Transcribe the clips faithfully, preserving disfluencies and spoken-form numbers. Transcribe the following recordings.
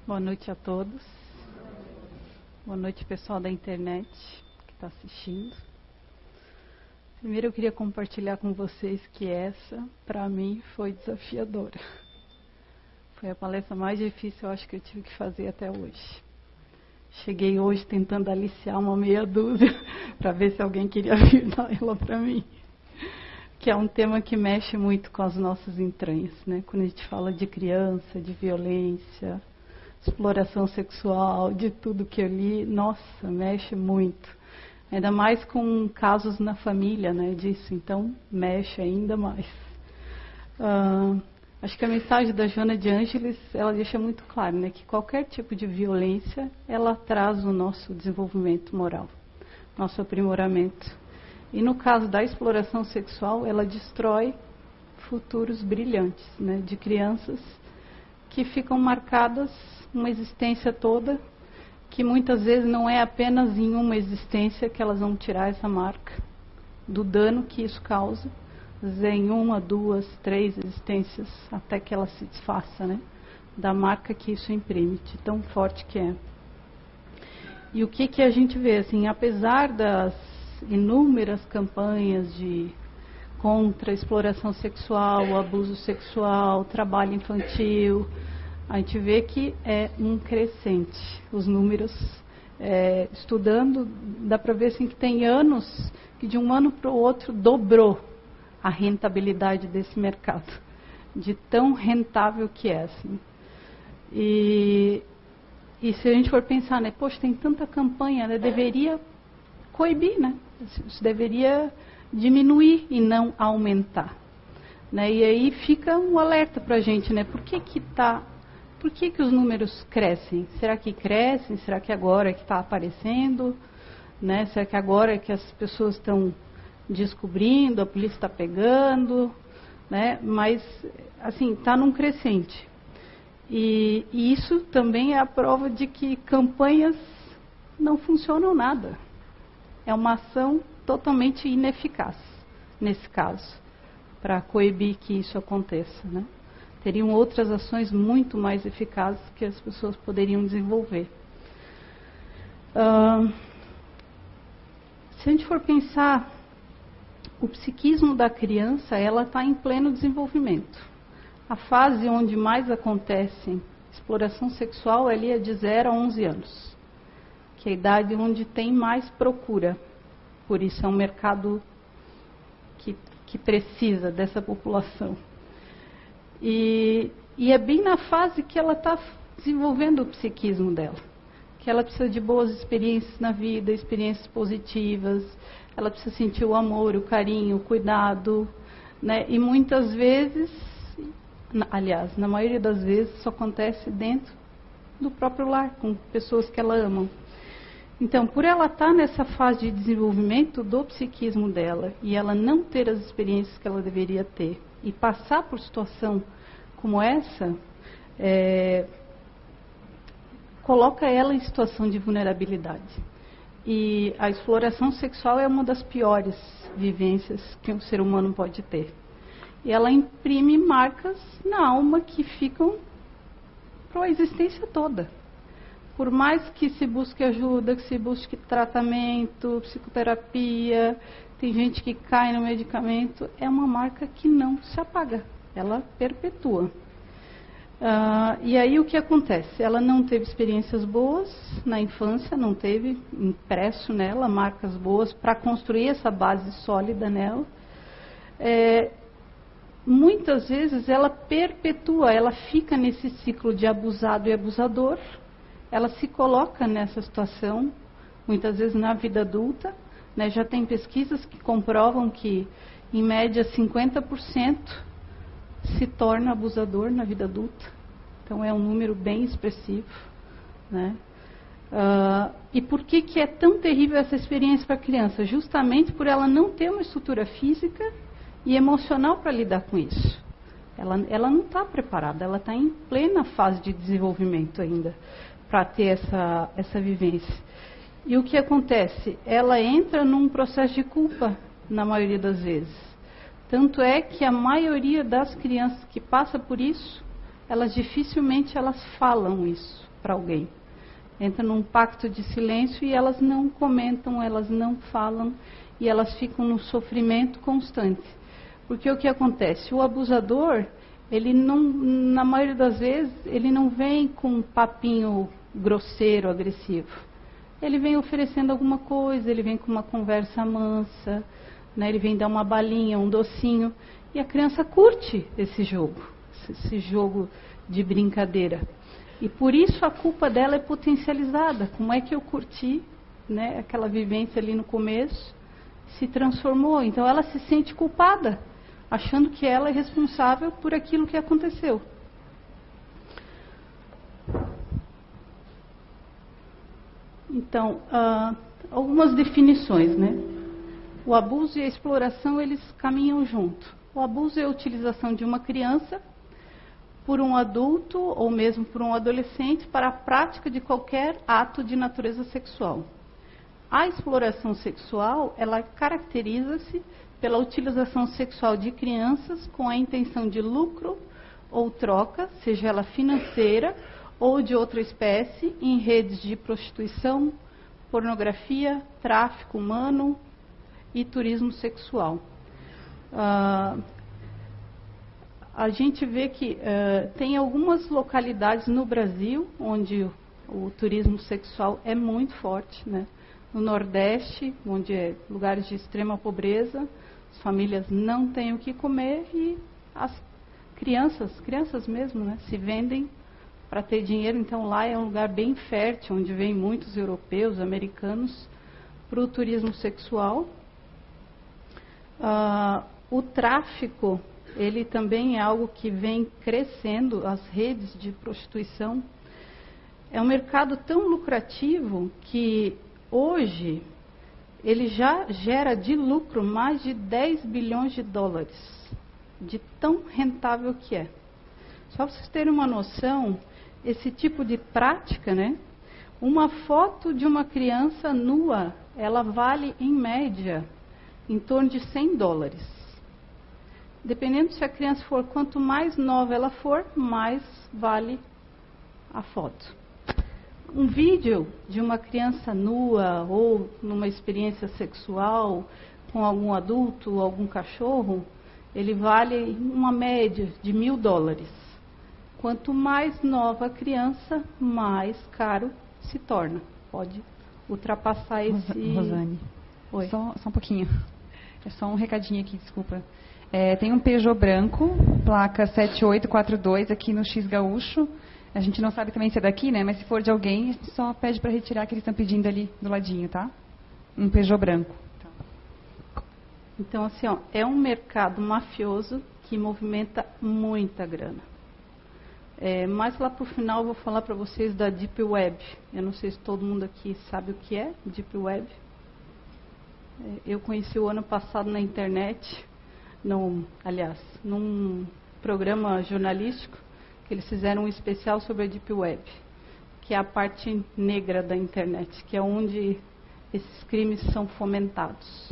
Boa noite a todos. Boa noite, pessoal da internet que está assistindo. Primeiro eu queria compartilhar com vocês que essa, para mim, foi desafiadora. Foi a palestra mais difícil, eu acho, que eu tive que fazer até hoje. Cheguei hoje tentando aliciar uma meia dúzia para ver se alguém queria vir dar ela para mim. Que é um tema que mexe muito com as nossas entranhas, né? Quando a gente fala de criança, de violência, exploração sexual, de tudo que eu li, nossa, mexe muito. Ainda mais com casos na família, né, disso, então mexe ainda mais. Uh, acho que a mensagem da Joana de Ângeles, ela deixa muito claro, né, que qualquer tipo de violência, ela traz o nosso desenvolvimento moral, nosso aprimoramento. E no caso da exploração sexual, ela destrói futuros brilhantes, né, de crianças que ficam marcadas uma existência toda, que muitas vezes não é apenas em uma existência que elas vão tirar essa marca do dano que isso causa, mas é em uma, duas, três existências, até que ela se desfaça, né, da marca que isso imprime, de tão forte que é. E o que que a gente vê, assim, apesar das inúmeras campanhas de contra a exploração sexual, o abuso sexual, trabalho infantil, a gente vê que é um crescente. Os números, é, estudando, dá para ver assim, que tem anos que de um ano para o outro dobrou a rentabilidade desse mercado, de tão rentável que é. Assim. E, e se a gente for pensar, né, poxa, tem tanta campanha, né, deveria coibir, né? Isso deveria diminuir e não aumentar, né? E aí fica um alerta para a gente, né? Por que que tá, por que que os números crescem? Será que crescem? Será que agora é que está aparecendo, né? Será que agora é que as pessoas estão descobrindo, a polícia está pegando, né? Mas assim, está num crescente. E, e isso também é a prova de que campanhas não funcionam nada. É uma ação totalmente ineficaz, nesse caso, para coibir que isso aconteça, né? Teriam outras ações muito mais eficazes que as pessoas poderiam desenvolver. Uh, se a gente for pensar, o psiquismo da criança, ela está em pleno desenvolvimento. A fase onde mais acontece exploração sexual ali é de zero a onze anos. Que é a idade onde tem mais procura. Por isso é um mercado que, que precisa dessa população. E, e é bem na fase que ela está desenvolvendo o psiquismo dela. Que ela precisa de boas experiências na vida, experiências positivas. Ela precisa sentir o amor, o carinho, o cuidado. Né? E muitas vezes, aliás, na maioria das vezes, isso acontece dentro do próprio lar, com pessoas que ela ama. Então, por ela estar nessa fase de desenvolvimento do psiquismo dela e ela não ter as experiências que ela deveria ter e passar por situação como essa, é, coloca ela em situação de vulnerabilidade. E a exploração sexual é uma das piores vivências que um ser humano pode ter. E ela imprime marcas na alma que ficam para a existência toda. Por mais que se busque ajuda, que se busque tratamento, psicoterapia, tem gente que cai no medicamento, é uma marca que não se apaga, ela perpetua. Uh, e aí o que acontece? Ela não teve experiências boas na infância, não teve impresso nela marcas boas para construir essa base sólida nela. É, muitas vezes ela perpetua, ela fica nesse ciclo de abusado e abusador. Ela se coloca nessa situação, muitas vezes na vida adulta, né? Já tem pesquisas que comprovam que, em média, cinquenta por cento se torna abusador na vida adulta. Então, é um número bem expressivo. Né? Uh, e por que que é tão terrível essa experiência para a criança? Justamente por ela não ter uma estrutura física e emocional para lidar com isso. Ela, ela não está preparada, ela está em plena fase de desenvolvimento ainda, para ter essa, essa vivência. E o que acontece? Ela entra num processo de culpa, na maioria das vezes. Tanto é que a maioria das crianças que passa por isso, elas dificilmente elas falam isso. para alguém. Entra num pacto de silêncio e elas não comentam, elas não falam e elas ficam num sofrimento constante. Porque o que acontece? O abusador, ele não, na maioria das vezes, ele não vem com um papinho grosseiro, agressivo. Ele vem oferecendo alguma coisa, ele vem com uma conversa mansa, né? Ele vem dar uma balinha, um docinho, e a criança curte esse jogo, esse jogo de brincadeira. E por isso a culpa dela é potencializada. Como é que eu curti, né, aquela vivência ali no começo, se transformou. Então ela se sente culpada, achando que ela é responsável por aquilo que aconteceu. Então, ah, algumas definições, né? O abuso e a exploração, eles caminham junto. O abuso é a utilização de uma criança por um adulto ou mesmo por um adolescente para a prática de qualquer ato de natureza sexual. A exploração sexual, ela caracteriza-se pela utilização sexual de crianças com a intenção de lucro ou troca, seja ela financeira ou de outra espécie, em redes de prostituição, pornografia, tráfico humano e turismo sexual. Uh, a gente vê que uh, tem algumas localidades no Brasil onde o, o turismo sexual é muito forte, né? No Nordeste, onde é lugares de extrema pobreza, as famílias não têm o que comer e as crianças, crianças mesmo, né, se vendem para ter dinheiro. Então lá é um lugar bem fértil, onde vêm muitos europeus, americanos, para o turismo sexual. Uh, o tráfico, ele também é algo que vem crescendo, as redes de prostituição. É um mercado tão lucrativo que hoje ele já gera de lucro mais de dez bilhões de dólares, de tão rentável que é. Só para vocês terem uma noção, esse tipo de prática, né? Uma foto de uma criança nua, ela vale em média em torno de cem dólares. Dependendo se a criança for, quanto mais nova ela for, mais vale a foto. Um vídeo de uma criança nua ou numa experiência sexual com algum adulto ou algum cachorro, ele vale uma média de mil dólares. Quanto mais nova a criança, mais caro se torna. Pode ultrapassar esse... Rosane, Oi. Só, só um pouquinho. É só um recadinho aqui, desculpa. É, tem um Peugeot branco, placa sete oito quatro dois aqui no X Gaúcho. A gente não sabe também se é daqui, né? Mas se for de alguém, a gente só pede para retirar que eles estão pedindo ali do ladinho, tá? Um Peugeot branco. Tá. Então, assim, ó, é um mercado mafioso que movimenta muita grana. É, mais lá para o final eu vou falar para vocês da Deep Web. Eu não sei se todo mundo aqui sabe o que é Deep Web. É, eu conheci o ano passado na internet, num, aliás, num programa jornalístico, que eles fizeram um especial sobre a Deep Web, que é a parte negra da internet, que é onde esses crimes são fomentados.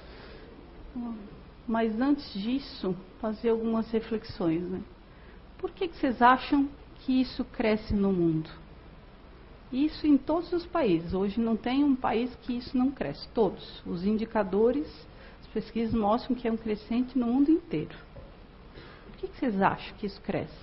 Mas antes disso, fazer algumas reflexões, né? Por que que vocês acham que isso cresce no mundo? Isso em todos os países. Hoje não tem um país que isso não cresce. Todos. Os indicadores, as pesquisas mostram que é um crescente no mundo inteiro. Por que que vocês acham que isso cresce?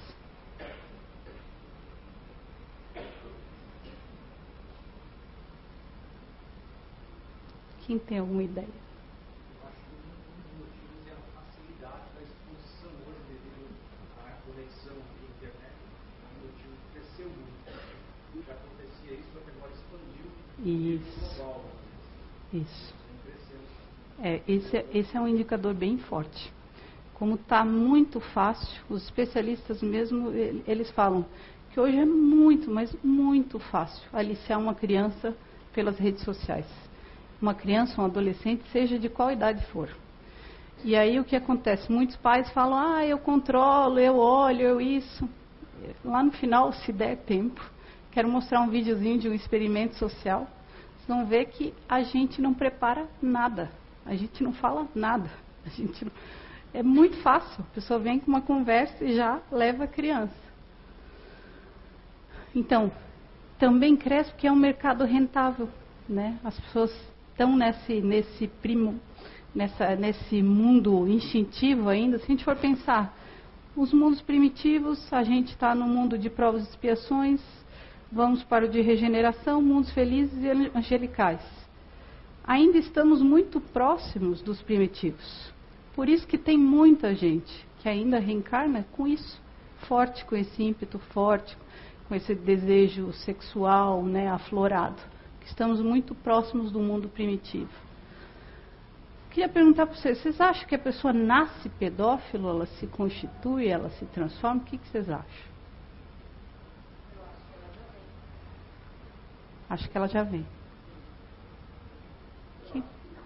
Quem tem alguma ideia? Eu acho que um dos motivos é a facilidade da exposição hoje devido à conexão via internet. É um motivo que cresceu muito. Já acontecia isso, só que agora expandiu. Isso. Global. Isso. Cresceu. É, esse, é, esse é um indicador bem forte. Como está muito fácil, os especialistas mesmo, eles falam que hoje é muito, mas muito fácil aliciar uma criança pelas redes sociais. Uma criança, um adolescente, seja de qual idade for. E aí o que acontece? Muitos pais falam, ah, eu controlo, eu olho, eu isso. Lá no final, se der tempo, quero mostrar um videozinho de um experimento social. Vocês vão ver que a gente não prepara nada. A gente não fala nada. A gente não... É muito fácil. A pessoa vem com uma conversa e já leva a criança. Então, também cresce porque é um mercado rentável, né? As pessoas estão nesse, nesse, primo, nessa, nesse mundo instintivo ainda. Se a gente for pensar, os mundos primitivos, a gente está no mundo de provas e expiações, vamos para o de regeneração, mundos felizes e angelicais. Ainda estamos muito próximos dos primitivos. Por isso que tem muita gente que ainda reencarna com isso, forte, com esse ímpeto forte, com esse desejo sexual, né, aflorado. Estamos muito próximos do mundo primitivo. Queria perguntar para vocês, vocês acham que a pessoa nasce pedófilo, ela se constitui, ela se transforma? O que, que vocês acham? Acho que ela já vem. Que?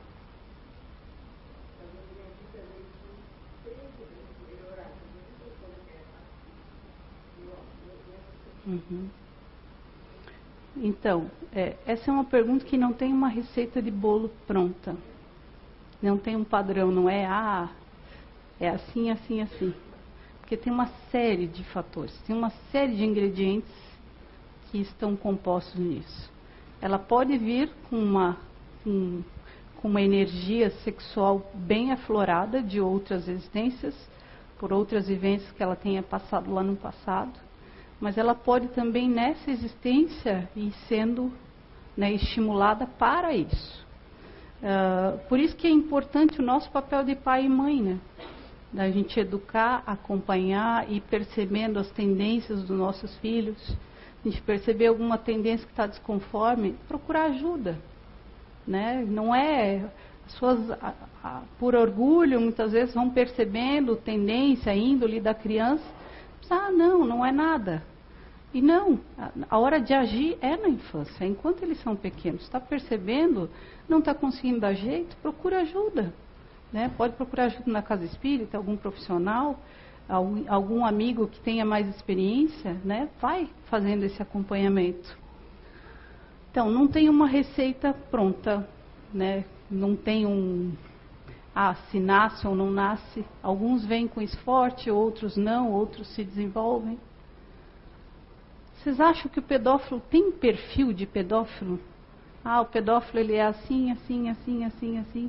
Uhum. Então, é, essa é uma pergunta que não tem uma receita de bolo pronta. Não tem um padrão, não é, ah, é assim, assim, assim. Porque tem uma série de fatores, tem uma série de ingredientes que estão compostos nisso. Ela pode vir com uma, um, com uma energia sexual bem aflorada de outras existências, por outras vivências que ela tenha passado lá no passado, mas ela pode também nessa existência ir sendo, né, estimulada para isso. Uh, por isso que é importante o nosso papel de pai e mãe, né? Da gente educar, acompanhar e percebendo as tendências dos nossos filhos. A gente perceber alguma tendência que está desconforme, procurar ajuda, né? Não é as pessoas, a, a, por orgulho, muitas vezes vão percebendo tendência, índole da criança. Ah, não, não é nada. E não, a, a hora de agir é na infância, enquanto eles são pequenos. Está percebendo, não está conseguindo dar jeito, procura ajuda. Né? Pode procurar ajuda na casa espírita, algum profissional, algum, algum amigo que tenha mais experiência, né? Vai fazendo esse acompanhamento. Então, não tem uma receita pronta, né? Não tem um, ah, se nasce ou não nasce. Alguns vêm com esforço, outros não, outros se desenvolvem. Vocês acham que o pedófilo tem perfil de pedófilo? Ah, o pedófilo ele é assim, assim, assim, assim, assim.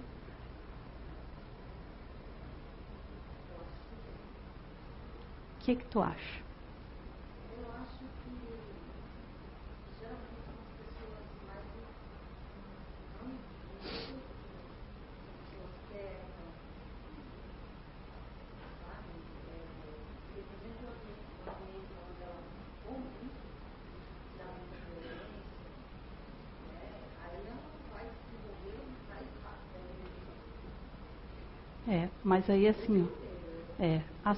O que que tu acha? Eu acho que geralmente são as pessoas mais não pessoas querem, sabe? Por exemplo, uma vez onde ela ouve da violência, né? Aí ela vai se desenvolver mais fácil. É, mas aí assim, ó, é, as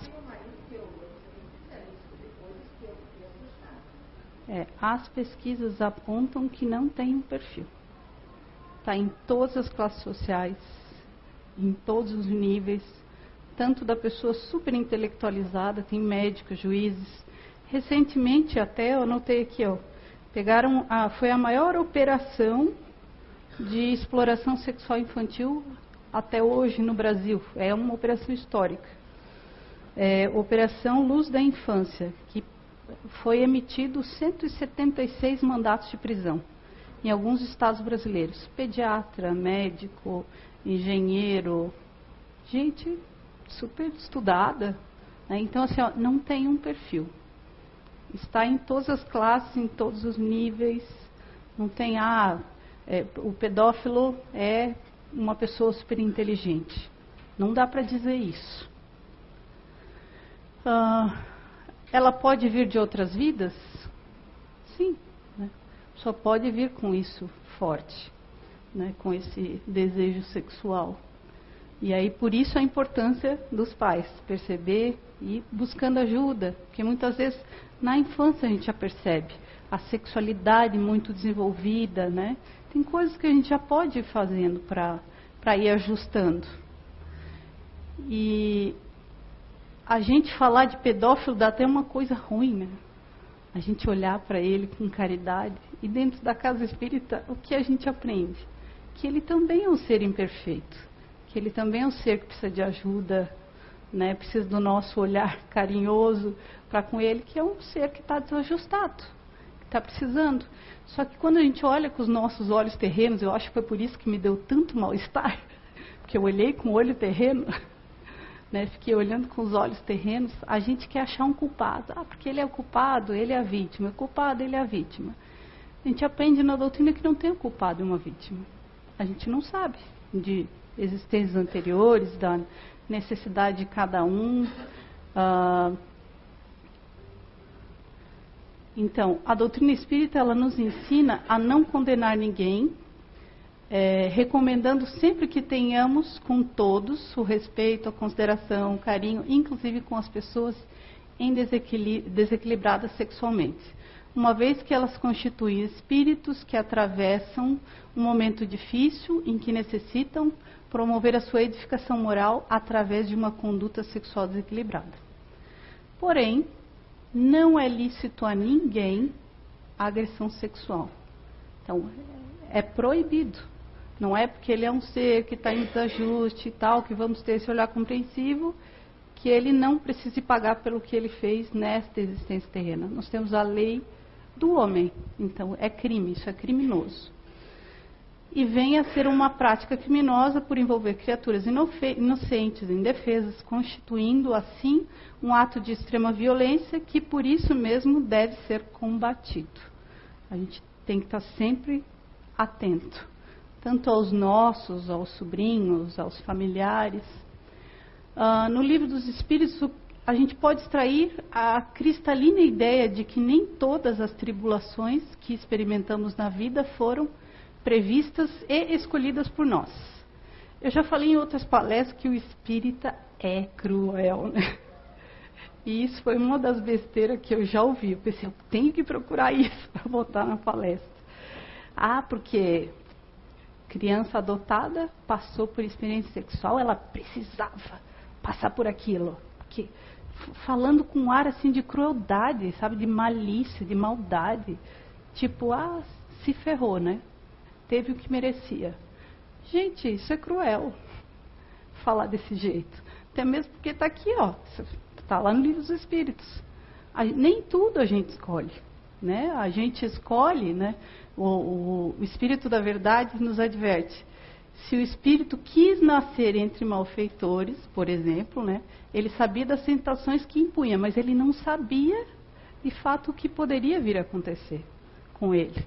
É, as pesquisas apontam que não tem um perfil. Está em todas as classes sociais, em todos os níveis, tanto da pessoa super intelectualizada, tem médicos, juízes. Recentemente até, eu anotei aqui, ó, pegaram, a, foi a maior operação de exploração sexual infantil até hoje no Brasil. É uma operação histórica. É, Operação Luz da Infância, que foi emitido cento e setenta e seis mandatos de prisão em alguns estados brasileiros. Pediatra, médico, engenheiro, gente super estudada. Né? Então, assim, ó, não tem um perfil. Está em todas as classes, em todos os níveis. Não tem, ah, é, o pedófilo é uma pessoa super inteligente. Não dá para dizer isso. Ah, ela pode vir de outras vidas? Sim, né? Só pode vir com isso forte, né? Com esse desejo sexual. E aí, por isso a importância dos pais, perceber e buscando ajuda, porque muitas vezes na infância a gente já percebe a sexualidade muito desenvolvida, né? Tem coisas que a gente já pode ir fazendo para para ir ajustando. E a gente falar de pedófilo dá até uma coisa ruim, né? A gente olhar para ele com caridade. E dentro da casa espírita, o que a gente aprende? Que ele também é um ser imperfeito. Que ele também é um ser que precisa de ajuda, né? Precisa do nosso olhar carinhoso para com ele, que é um ser que está desajustado. está precisando. Só que quando a gente olha com os nossos olhos terrenos, eu acho que foi por isso que me deu tanto mal-estar, porque eu olhei com o olho terreno, né, fiquei olhando com os olhos terrenos, a gente quer achar um culpado. Ah, porque ele é o culpado, ele é a vítima. O culpado, ele é a vítima. A gente aprende na doutrina que não tem o culpado e uma vítima. A gente não sabe de existências anteriores, da necessidade de cada um. Ah, então, a doutrina espírita, ela nos ensina a não condenar ninguém, É, recomendando sempre que tenhamos com todos o respeito, a consideração, o carinho, inclusive com as pessoas em desequili- desequilibradas sexualmente, uma vez que elas constituem espíritos que atravessam um momento difícil em que necessitam promover a sua edificação moral através de uma conduta sexual desequilibrada. Porém, não é lícito a ninguém a agressão sexual. Então, é proibido. Não é porque ele é um ser que está em desajuste e tal, que vamos ter esse olhar compreensivo, que ele não precise pagar pelo que ele fez nesta existência terrena. Nós temos a lei do homem, então é crime, isso é criminoso. E vem a ser uma prática criminosa por envolver criaturas inocentes, indefesas, constituindo assim um ato de extrema violência que por isso mesmo deve ser combatido. A gente tem que estar sempre atento, tanto aos nossos, aos sobrinhos, aos familiares. Uh, no Livro dos Espíritos, a gente pode extrair a cristalina ideia de que nem todas as tribulações que experimentamos na vida foram previstas e escolhidas por nós. Eu já falei em outras palestras que o espírita é cruel, né? E isso foi uma das besteiras que eu já ouvi. Eu pensei, eu tenho que procurar isso para botar na palestra. Ah, porque criança adotada passou por experiência sexual, ela precisava passar por aquilo. Porque, falando com um ar assim de crueldade, sabe, de malícia, de maldade. Tipo, ah, se ferrou, né? Teve o que merecia. Gente, isso é cruel, falar desse jeito. Até mesmo porque está aqui, ó, está lá no Livro dos Espíritos. A, nem tudo a gente escolhe, né? A gente escolhe, né? O, o, o Espírito da Verdade nos adverte. Se o Espírito quis nascer entre malfeitores, por exemplo, né? Ele sabia das tentações que impunha, mas ele não sabia, de fato, o que poderia vir a acontecer com ele.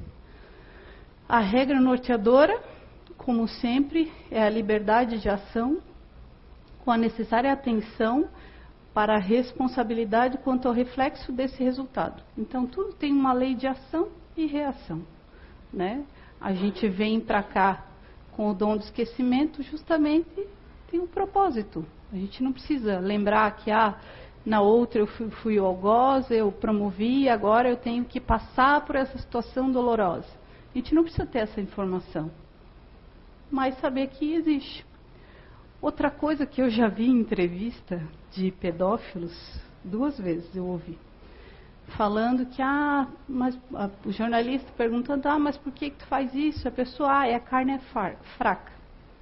A regra norteadora, como sempre, é a liberdade de ação, com a necessária atenção para a responsabilidade quanto ao reflexo desse resultado. Então, tudo tem uma lei de ação e reação, né? A gente vem para cá com o dom do esquecimento, justamente tem um propósito. A gente não precisa lembrar que ah, na outra eu fui, fui algoz, eu promovi, agora eu tenho que passar por essa situação dolorosa. A gente não precisa ter essa informação, mas saber que existe. Outra coisa que eu já vi em entrevista de pedófilos, duas vezes eu ouvi, falando que, ah, mas a, o jornalista perguntando, ah, mas por que, que tu faz isso? A pessoa, ah, é a carne é far, fraca.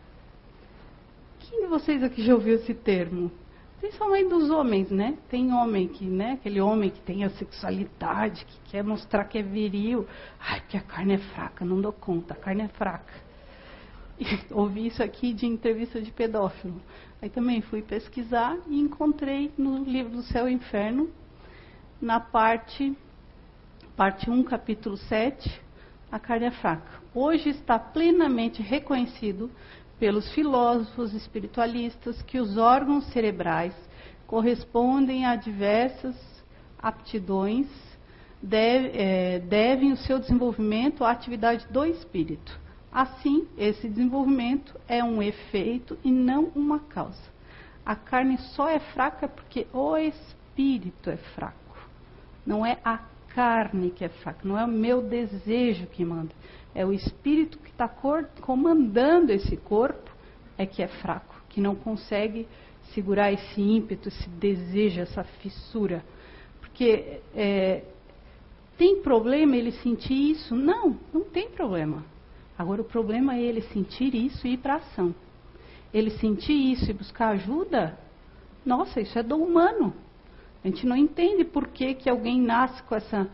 Quem de vocês aqui já ouviu esse termo? Principalmente dos homens, né? Tem homem que, né? Aquele homem que tem a sexualidade, que quer mostrar que é viril. Ai, porque a carne é fraca, não dou conta, a carne é fraca. E ouvi isso aqui de entrevista de pedófilo. Aí também fui pesquisar e encontrei no Livro do Céu e Inferno, na parte, parte um, capítulo sete, a carne é fraca. Hoje está plenamente reconhecido pelos filósofos espiritualistas que os órgãos cerebrais correspondem a diversas aptidões, deve, é, devem o seu desenvolvimento à atividade do espírito. Assim, esse desenvolvimento é um efeito e não uma causa. A carne só é fraca porque o espírito é fraco. Não é a carne que é fraca, não é o meu desejo que manda. É o espírito que está comandando esse corpo é que é fraco, que não consegue segurar esse ímpeto, esse desejo, essa fissura. Porque é, tem problema ele sentir isso? Não, não tem problema. Agora o problema é ele sentir isso e ir para a ação. Ele sentir isso e buscar ajuda, nossa, isso é dom humano. A gente não entende por que, que alguém nasce com essa,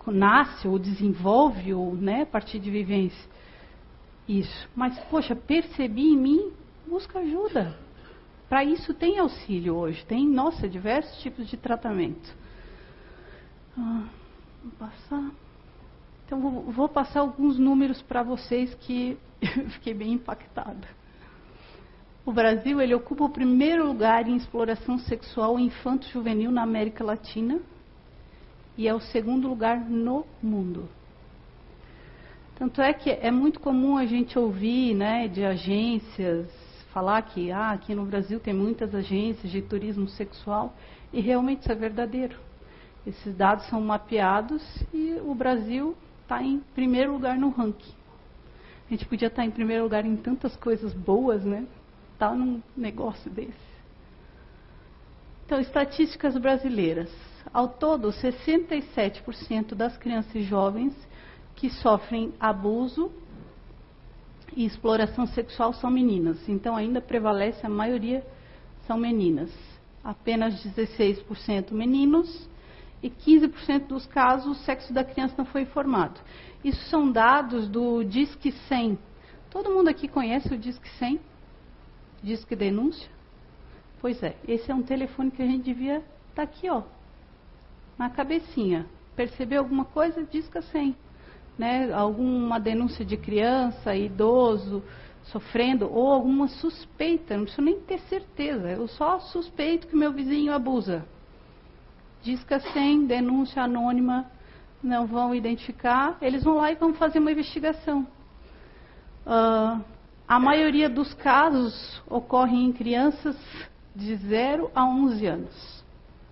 nasce ou desenvolve, ou, né, a partir de vivência. Isso. Mas, poxa, percebi em mim, busca ajuda. Para isso tem auxílio hoje. Tem, nossa, diversos tipos de tratamento. Ah, vou passar. Então, vou, vou passar alguns números para vocês que eu fiquei bem impactada. O Brasil, ele ocupa o primeiro lugar em exploração sexual infanto-juvenil na América Latina e é o segundo lugar no mundo. Tanto é que é muito comum a gente ouvir, né, de agências, falar que ah, aqui no Brasil tem muitas agências de turismo sexual, e realmente isso é verdadeiro. Esses dados são mapeados e o Brasil está em primeiro lugar no ranking. A gente podia estar em primeiro lugar em tantas coisas boas, né? Tá num negócio desse. Então, estatísticas brasileiras. Ao todo, sessenta e sete por cento das crianças e jovens que sofrem abuso e exploração sexual são meninas. Então, ainda prevalece, a maioria são meninas. Apenas dezesseis por cento meninos e quinze por cento dos casos o sexo da criança não foi informado. Isso são dados do Disque cem. Todo mundo aqui conhece o Disque cem? Disque denúncia? Pois é, esse é um telefone que a gente devia estar aqui, ó, na cabecinha. Percebeu alguma coisa? Disque cem. Né? Alguma denúncia de criança, idoso, sofrendo, ou alguma suspeita, não preciso nem ter certeza, eu só suspeito que meu vizinho abusa. Disque cem, denúncia anônima, não vão identificar, eles vão lá e vão fazer uma investigação. Uh, a maioria dos casos ocorrem em crianças de zero a onze anos.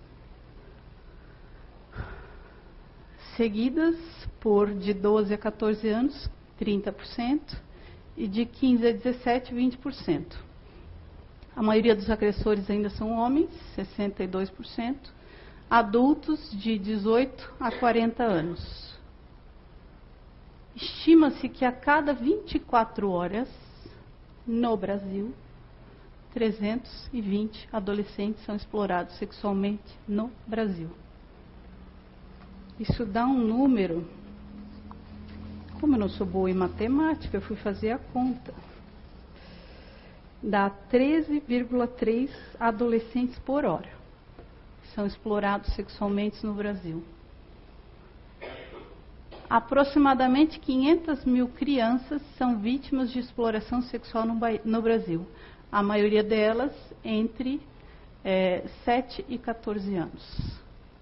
Seguidas por de doze a quatorze anos, trinta por cento, e de quinze a dezessete, vinte por cento. A maioria dos agressores ainda são homens, sessenta e dois por cento. Adultos de dezoito a quarenta anos. Estima-se que a cada vinte e quatro horas, no Brasil, trezentos e vinte adolescentes são explorados sexualmente no Brasil. Isso dá um número, como eu não sou boa em matemática, eu fui fazer a conta. Dá treze vírgula três adolescentes por hora. São explorados sexualmente no Brasil. Aproximadamente quinhentas mil crianças são vítimas de exploração sexual no, no Brasil. A maioria delas entre é, sete e quatorze anos.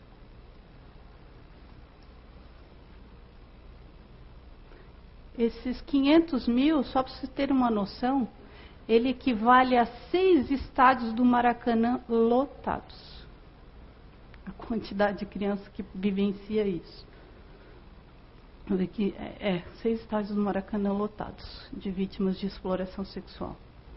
Esses quinhentos mil, só para vocês terem uma noção, ele equivale a seis estádios do Maracanã lotados. A quantidade de crianças que vivencia isso. Aqui, é, é, seis estádios do Maracanã lotados de vítimas de exploração sexual.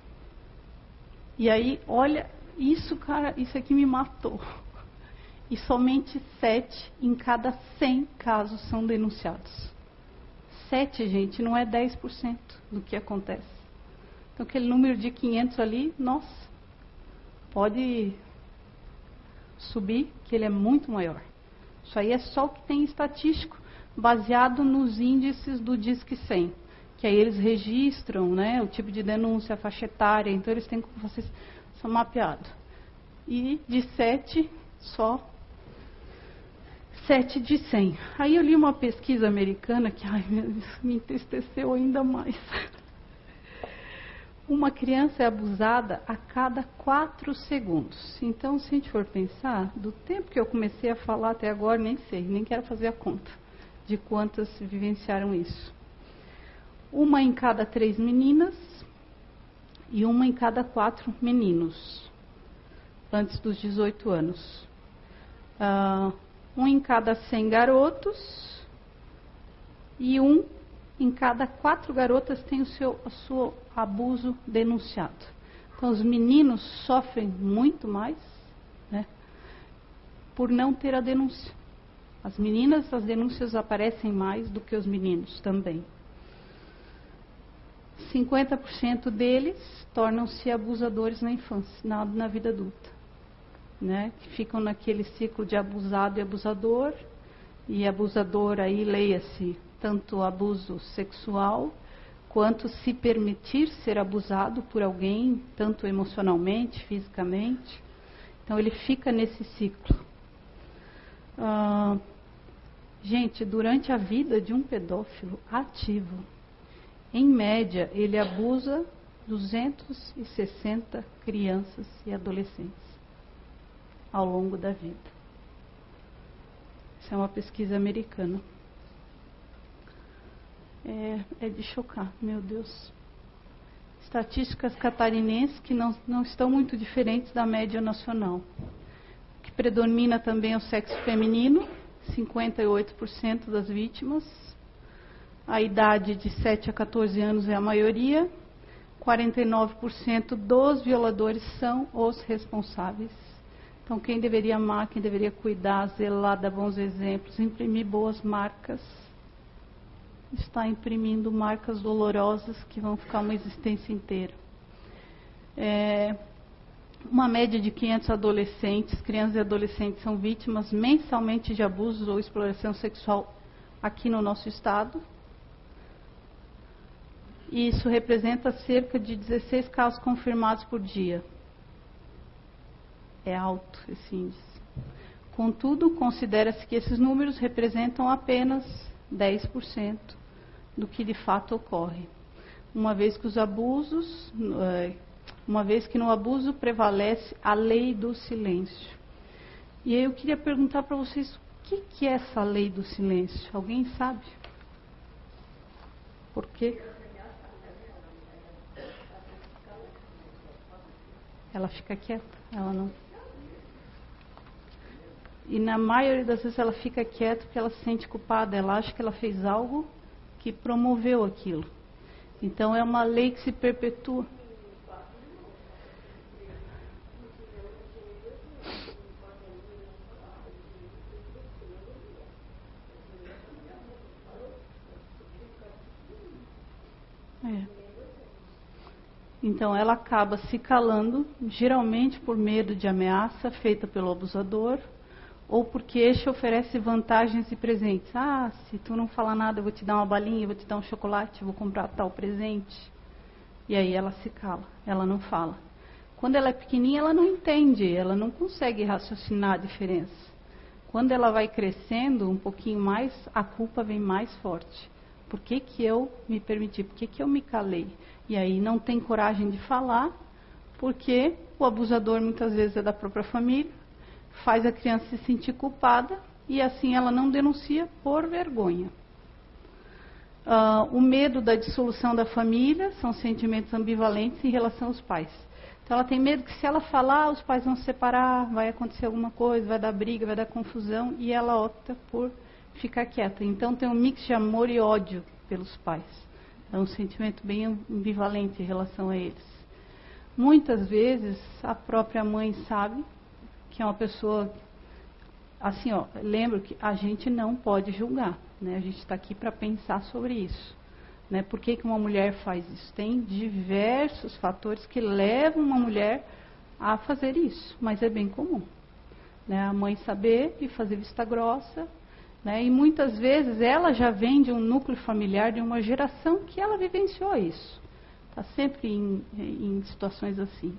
E aí, olha, isso, cara, isso aqui me matou. E somente sete em cada cem casos são denunciados. Sete, gente, não é dez por cento do que acontece. Então, aquele número de quinhentos ali, nossa, pode subir, que ele é muito maior. Isso aí é só o que tem estatístico, baseado nos índices do Disque cem, que aí eles registram, né, o tipo de denúncia, a faixa etária, então eles têm como vocês são mapeados. E de sete, só sete de cem. Aí eu li uma pesquisa americana que ai, me entristeceu ainda mais. Uma criança é abusada a cada quatro segundos. Então, se a gente for pensar, do tempo que eu comecei a falar até agora, nem sei, nem quero fazer a conta de quantas vivenciaram isso. Uma em cada três meninas e uma em cada quatro meninos, antes dos dezoito anos. Uh, um em cada cem garotos e um em cada quatro garotas tem o seu, o seu abuso denunciado. Então, os meninos sofrem muito mais, né, por não ter a denúncia. As meninas, as denúncias aparecem mais do que os meninos também. cinquenta por cento deles tornam-se abusadores na infância, na, na vida adulta. Né, que ficam naquele ciclo de abusado e abusador, E abusador aí, leia-se, tanto abuso sexual, quanto se permitir ser abusado por alguém, tanto emocionalmente, fisicamente. Então ele fica nesse ciclo. Ah, gente, durante a vida de um pedófilo ativo, em média, ele abusa duzentas e sessenta crianças e adolescentes ao longo da vida. Isso é uma pesquisa americana. É, é de chocar, meu Deus. Estatísticas catarinenses que não, não estão muito diferentes da média nacional. O que predomina também é o sexo feminino, cinquenta e oito por cento das vítimas. A idade de sete a quatorze anos é a maioria. quarenta e nove por cento dos violadores são os responsáveis. Então, quem deveria amar, quem deveria cuidar, zelar, dar bons exemplos, imprimir boas marcas, está imprimindo marcas dolorosas que vão ficar uma existência inteira. É, uma média de quinhentos adolescentes, crianças e adolescentes são vítimas mensalmente de abusos ou exploração sexual aqui no nosso estado. E isso representa cerca de dezesseis casos confirmados por dia. É alto esse índice. Contudo, considera-se que esses números representam apenas dez por cento do que de fato ocorre. Uma vez que os abusos, uma vez que no abuso prevalece a lei do silêncio. E aí eu queria perguntar para vocês, o que, que é essa lei do silêncio? Alguém sabe? Por quê? Ela fica quieta, ela não. E na maioria das vezes ela fica quieta porque ela se sente culpada, ela acha que ela fez algo que promoveu aquilo. Então é uma lei que se perpetua. É. Então ela acaba se calando, geralmente por medo de ameaça feita pelo abusador, ou porque este oferece vantagens e presentes. Ah, se tu não falar nada, eu vou te dar uma balinha, eu vou te dar um chocolate, eu vou comprar tal presente. E aí ela se cala, ela não fala. Quando ela é pequenininha, ela não entende, ela não consegue raciocinar a diferença. Quando ela vai crescendo um pouquinho mais, a culpa vem mais forte. Por que que eu me permiti? Por que que eu me calei? E aí não tem coragem de falar, porque o abusador muitas vezes é da própria família, faz a criança se sentir culpada e assim ela não denuncia por vergonha. Uh, o medo da dissolução da família são sentimentos ambivalentes em relação aos pais. Então ela tem medo que se ela falar, os pais vão se separar, vai acontecer alguma coisa, vai dar briga, vai dar confusão, e ela opta por ficar quieta. Então tem um mix de amor e ódio pelos pais. É um sentimento bem ambivalente em relação a eles. Muitas vezes a própria mãe sabe que é uma pessoa, assim, ó, lembro que a gente não pode julgar, né? A gente está aqui para pensar sobre isso, né? Por que que uma mulher faz isso? Tem diversos fatores que levam uma mulher a fazer isso, mas é bem comum, né? A mãe saber e fazer vista grossa, né? E muitas vezes ela já vem de um núcleo familiar, de uma geração que ela vivenciou isso. Está sempre em, em situações assim.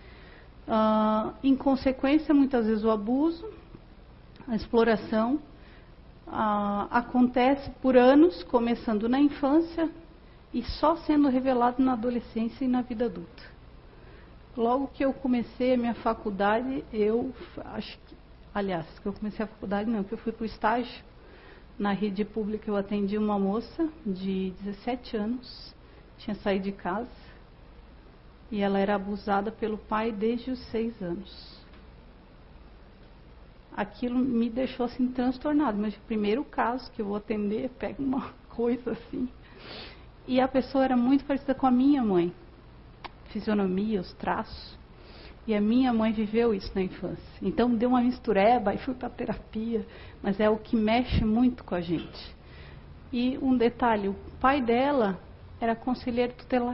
Uh, em consequência, muitas vezes o abuso, a exploração, uh, acontece por anos, começando na infância e só sendo revelado na adolescência e na vida adulta. Logo que eu comecei a minha faculdade, eu acho que, aliás, que eu comecei a faculdade não, que eu fui para o estágio, na rede pública eu atendi uma moça de dezessete anos, tinha saído de casa, e ela era abusada pelo pai desde os seis anos. Aquilo me deixou assim transtornado, mas o primeiro caso que eu vou atender, pega uma coisa assim. E a pessoa era muito parecida com a minha mãe, fisionomia, os traços. E a minha mãe viveu isso na infância. Então deu uma mistureba e fui para terapia, mas é o que mexe muito com a gente. E um detalhe, o pai dela era conselheiro tutelar.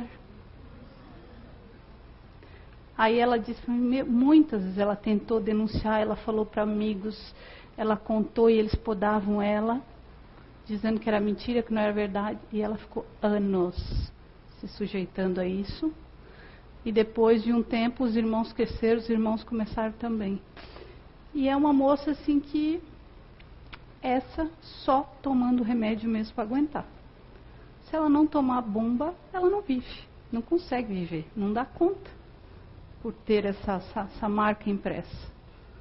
Aí ela disse, muitas vezes ela tentou denunciar, ela falou para amigos, ela contou e eles podavam ela, dizendo que era mentira, que não era verdade, e ela ficou anos se sujeitando a isso. E depois de um tempo os irmãos cresceram, os irmãos começaram também. E é uma moça assim que, essa só tomando remédio mesmo para aguentar. Se ela não tomar bomba, ela não vive, não consegue viver, não dá conta por ter essa, essa, essa marca impressa.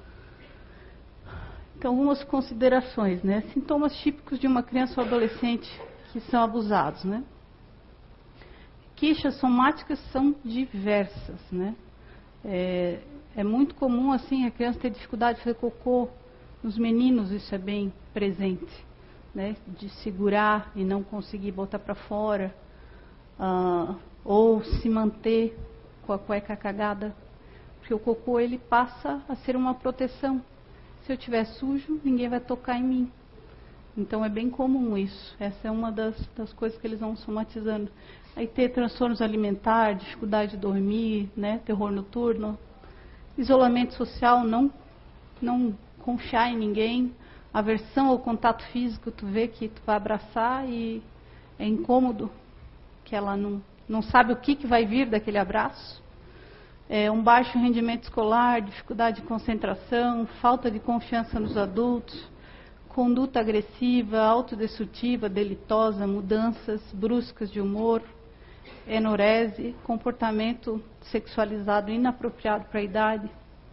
Então, algumas considerações, né? Sintomas típicos de uma criança ou adolescente que são abusados, né? Queixas somáticas são diversas, né? É, é muito comum, assim, a criança ter dificuldade de fazer cocô. Nos meninos isso é bem presente, né? De segurar e não conseguir botar para fora, uh, ou se manter com a cueca cagada, porque o cocô ele passa a ser uma proteção. Se eu estiver sujo, ninguém vai tocar em mim. Então é bem comum isso. Essa é uma das, das coisas que eles vão somatizando. Aí ter transtornos alimentares, dificuldade de dormir, né? Terror noturno, isolamento social, não, não confiar em ninguém, aversão ao contato físico, tu vê que tu vai abraçar e é incômodo, que ela não, não sabe o que, que vai vir daquele abraço. É, um baixo rendimento escolar, dificuldade de concentração, falta de confiança nos adultos, conduta agressiva, autodestrutiva, delitosa, mudanças bruscas de humor, enurese, comportamento sexualizado inapropriado para a idade.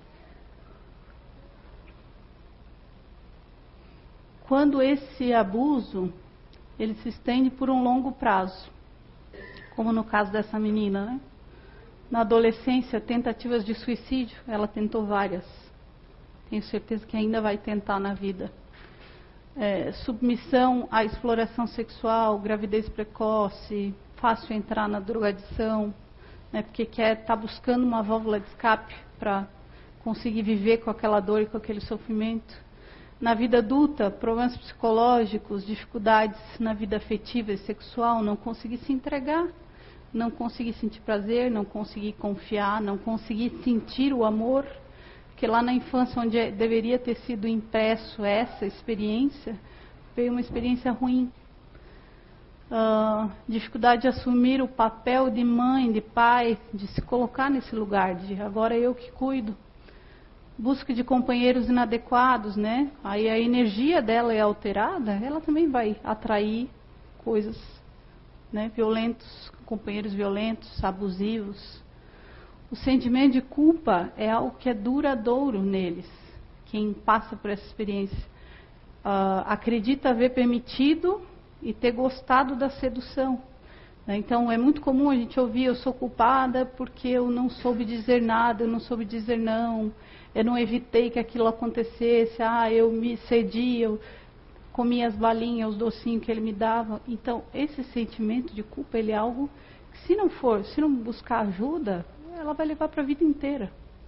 Quando esse abuso ele se estende por um longo prazo, como no caso dessa menina, né? Na adolescência, tentativas de suicídio, ela tentou várias. Tenho certeza que ainda vai tentar na vida. É, submissão à exploração sexual, gravidez precoce, fácil entrar na drogadição, né, porque quer estar tá buscando uma válvula de escape para conseguir viver com aquela dor e com aquele sofrimento. Na vida adulta, problemas psicológicos, dificuldades na vida afetiva e sexual, não conseguir se entregar, não conseguir sentir prazer, não conseguir confiar, não conseguir sentir o amor, porque lá na infância, onde deveria ter sido impresso essa experiência, veio uma experiência ruim. Uh, dificuldade de assumir o papel de mãe, de pai, de se colocar nesse lugar, de agora eu que cuido. Busca de companheiros inadequados, né? Aí a energia dela é alterada, ela também vai atrair coisas, né? Violentos, companheiros violentos, abusivos. O sentimento de culpa é algo que é duradouro neles, quem passa por essa experiência. Uh, acredita haver permitido e ter gostado da sedução. Né? Então é muito comum a gente ouvir, eu sou culpada porque eu não soube dizer nada, eu não soube dizer não, eu não evitei que aquilo acontecesse, ah, eu me cedi, eu comia as balinhas, os docinhos que ele me dava. Então esse sentimento de culpa, ele é algo que se não for, se não buscar ajuda, ela vai levar para a vida inteira.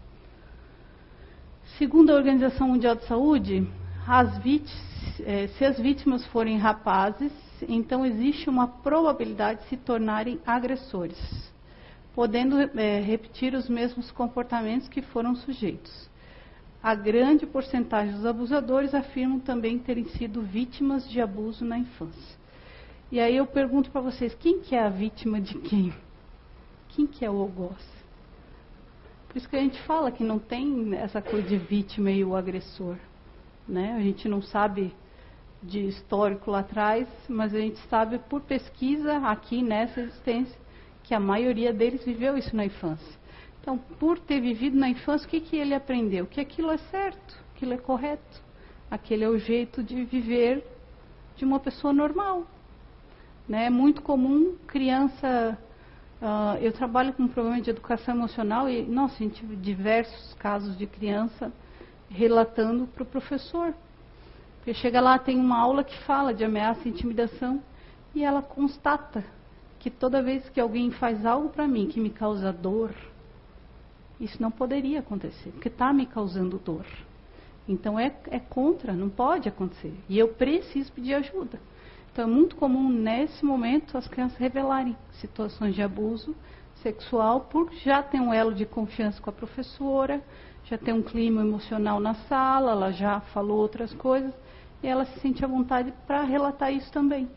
Segundo a Organização Mundial de Saúde, as vítimas, eh, se as vítimas forem rapazes, então existe uma probabilidade de se tornarem agressores, podendo eh, repetir os mesmos comportamentos que foram sujeitos. A grande porcentagem dos abusadores afirmam também terem sido vítimas de abuso na infância. E aí eu pergunto para vocês, quem que é a vítima de quem? Quem que é o algoz? Por isso que a gente fala que não tem essa coisa de vítima e o agressor, né? A gente não sabe de histórico lá atrás, mas a gente sabe por pesquisa aqui nessa existência que a maioria deles viveu isso na infância. Então, por ter vivido na infância, o que, que ele aprendeu? Que aquilo é certo, aquilo é correto, aquele é o jeito de viver de uma pessoa normal, né? É muito comum criança... Uh, eu trabalho com um programa de educação emocional e, nossa, a gente tive diversos casos de criança relatando para o professor. Porque chega lá, tem uma aula que fala de ameaça e intimidação e ela constata que toda vez que alguém faz algo para mim que me causa dor, isso não poderia acontecer, porque está me causando dor. Então é, é contra, não pode acontecer. E eu preciso pedir ajuda. Então é muito comum nesse momento as crianças revelarem situações de abuso sexual, porque já tem um elo de confiança com a professora, já tem um clima emocional na sala, ela já falou outras coisas, e ela se sente à vontade para relatar isso também.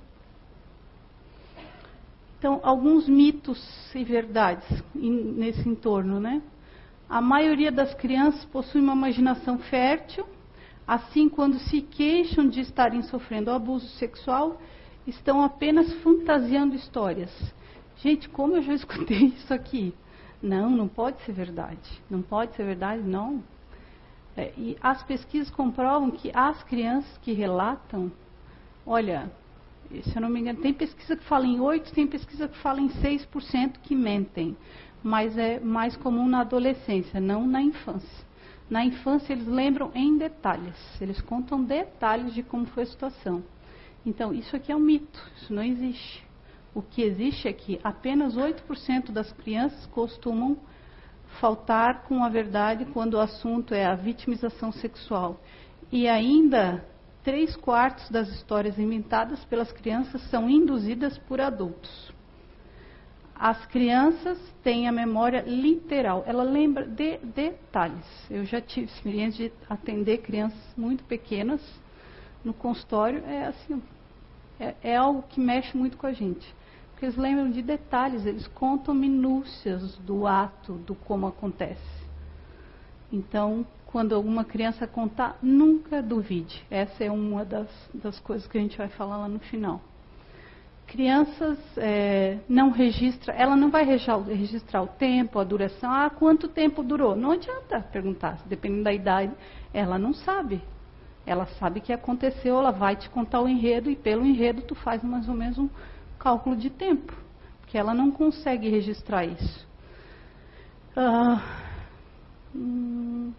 Então, alguns mitos e verdades nesse entorno, né? A maioria das crianças possui uma imaginação fértil, assim, quando se queixam de estarem sofrendo abuso sexual, estão apenas fantasiando histórias. Gente, como eu já escutei isso aqui? Não, não pode ser verdade. Não pode ser verdade, não. É, e as pesquisas comprovam que as crianças que relatam, olha, se eu não me engano, tem pesquisa que fala em oito por cento, tem pesquisa que fala em seis por cento que mentem. Mas é mais comum na adolescência, não na infância. Na infância eles lembram em detalhes, eles contam detalhes de como foi a situação. Então, isso aqui é um mito, isso não existe. O que existe é que apenas oito por cento das crianças costumam faltar com a verdade quando o assunto é a vitimização sexual. E ainda, três quartos das histórias inventadas pelas crianças são induzidas por adultos. As crianças têm a memória literal, ela lembra de detalhes. Eu já tive experiência de atender crianças muito pequenas no consultório, é assim, é, é algo que mexe muito com a gente. Porque eles lembram de detalhes, eles contam minúcias do ato, do como acontece. Então, quando alguma criança contar, nunca duvide. Essa é uma das, das coisas que a gente vai falar lá no final. Crianças é, não registram, ela não vai registrar o tempo, a duração. Ah, quanto tempo durou? Não adianta perguntar, dependendo da idade, ela não sabe. Ela sabe que aconteceu, ela vai te contar o enredo e pelo enredo tu faz mais ou menos um cálculo de tempo, porque ela não consegue registrar isso. Ah, hum,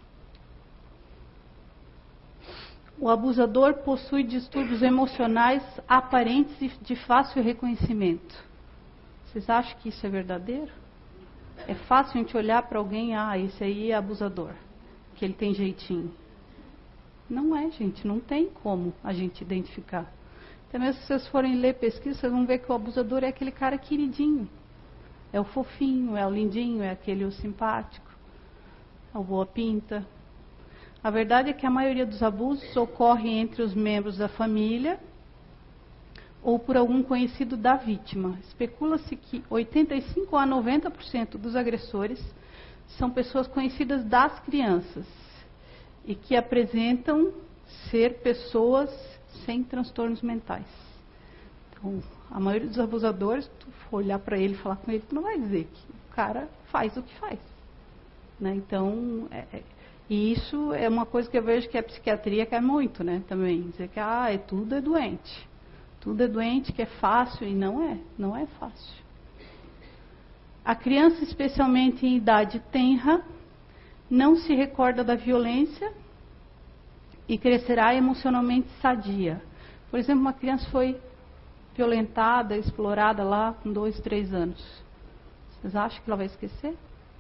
o abusador possui distúrbios emocionais aparentes e de fácil reconhecimento. Vocês acham que isso é verdadeiro? É fácil a gente olhar para alguém, ah, esse aí é abusador, que ele tem jeitinho. Não é, gente, não tem como a gente identificar. Também se vocês forem ler pesquisa, vocês vão ver que o abusador é aquele cara queridinho. É o fofinho, é o lindinho, é aquele o simpático, é o boa pinta. A verdade é que a maioria dos abusos ocorre entre os membros da família ou por algum conhecido da vítima. Especula-se que oitenta e cinco a noventa por cento dos agressores são pessoas conhecidas das crianças e que apresentam ser pessoas sem transtornos mentais. Então, a maioria dos abusadores, tu for olhar para ele e falar com ele, tu não vai dizer que o cara faz o que faz. Né? Então, é, é, e isso é uma coisa que eu vejo que a psiquiatria quer muito, né? Também, dizer que ah, é, tudo é doente. Tudo é doente, que é fácil, e não é, não é fácil. A criança, especialmente em idade tenra, não se recorda da violência e crescerá emocionalmente sadia. Por exemplo, uma criança foi violentada, explorada lá com dois, três anos. Vocês acham que ela vai esquecer?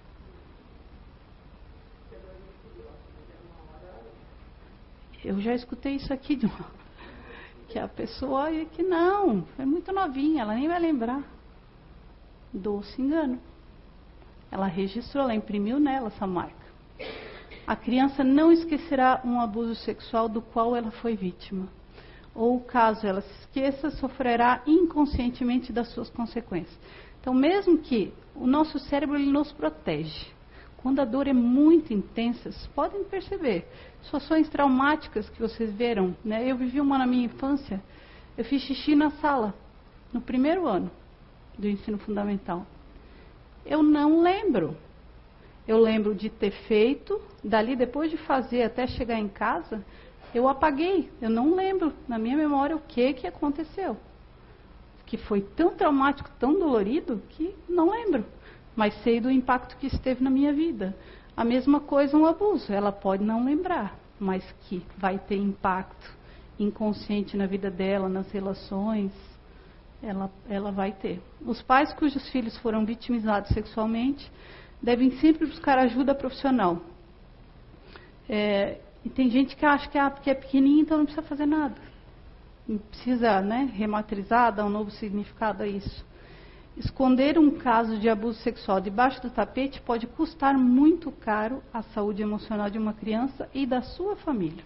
Eu já escutei isso aqui de uma, que a pessoa é que não, é muito novinha, ela nem vai lembrar. Doce engano. Ela registrou, ela imprimiu nela essa marca. A criança não esquecerá um abuso sexual do qual ela foi vítima. Ou, caso ela se esqueça, sofrerá inconscientemente das suas consequências. Então, mesmo que o nosso cérebro ele nos protege, quando a dor é muito intensa, vocês podem perceber. Situações traumáticas que vocês viram, né? Eu vivi uma na minha infância, eu fiz xixi na sala, no primeiro ano do ensino fundamental. Eu não lembro. Eu lembro de ter feito, dali depois de fazer até chegar em casa, eu apaguei. Eu não lembro na minha memória o que, que aconteceu. Que foi tão traumático, tão dolorido, que não lembro. Mas sei do impacto que esteve na minha vida. A mesma coisa um abuso. Ela pode não lembrar, mas que vai ter impacto inconsciente na vida dela, nas relações, ela, ela vai ter. Os pais cujos filhos foram vitimizados sexualmente devem sempre buscar ajuda profissional. É, e tem gente que acha que, ah, porque é pequenininho, então não precisa fazer nada. Não precisa, né, rematrizar, dar um novo significado a isso. Esconder um caso de abuso sexual debaixo do tapete pode custar muito caro à saúde emocional de uma criança e da sua família.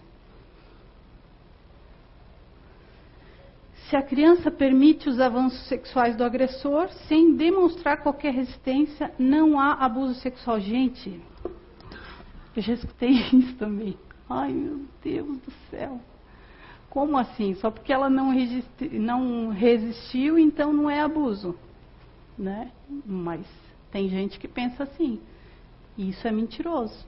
Se a criança permite os avanços sexuais do agressor sem demonstrar qualquer resistência, não há abuso sexual. Gente, eu já escutei isso também. Ai, meu Deus do céu. Como assim? Só porque ela não, resisti- não resistiu, então não é abuso, né? Mas tem gente que pensa assim. E isso é mentiroso.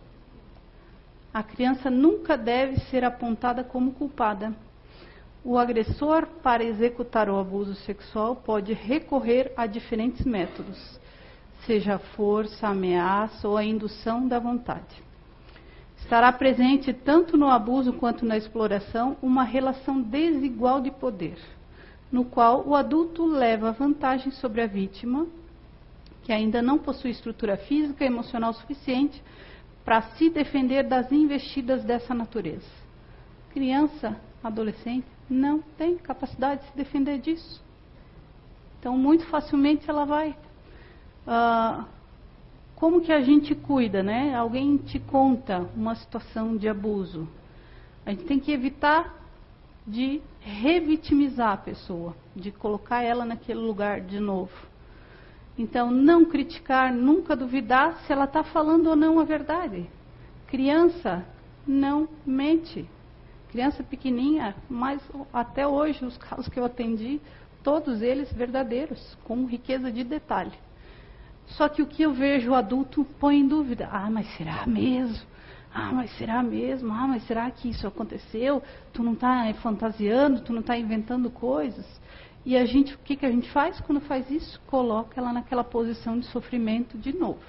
A criança nunca deve ser apontada como culpada. O agressor, para executar o abuso sexual, pode recorrer a diferentes métodos, seja a força, a ameaça ou a indução da vontade. Estará presente tanto no abuso quanto na exploração uma relação desigual de poder, no qual o adulto leva vantagem sobre a vítima, que ainda não possui estrutura física e emocional suficiente para se defender das investidas dessa natureza. Criança, adolescente, não tem capacidade de se defender disso. Então, muito facilmente ela vai... Ah, como que a gente cuida, né? Alguém te conta uma situação de abuso. A gente tem que evitar de revitimizar a pessoa, de colocar ela naquele lugar de novo. Então, não criticar, nunca duvidar se ela está falando ou não a verdade. Criança não mente. Criança pequenininha, mas até hoje os casos que eu atendi, todos eles verdadeiros, com riqueza de detalhe. Só que o que eu vejo o adulto põe em dúvida. Ah, mas será mesmo? Ah, mas será mesmo? Ah, mas será que isso aconteceu? Tu não está fantasiando? Tu não está inventando coisas? E a gente, o que, que a gente faz quando faz isso? Coloca ela naquela posição de sofrimento de novo.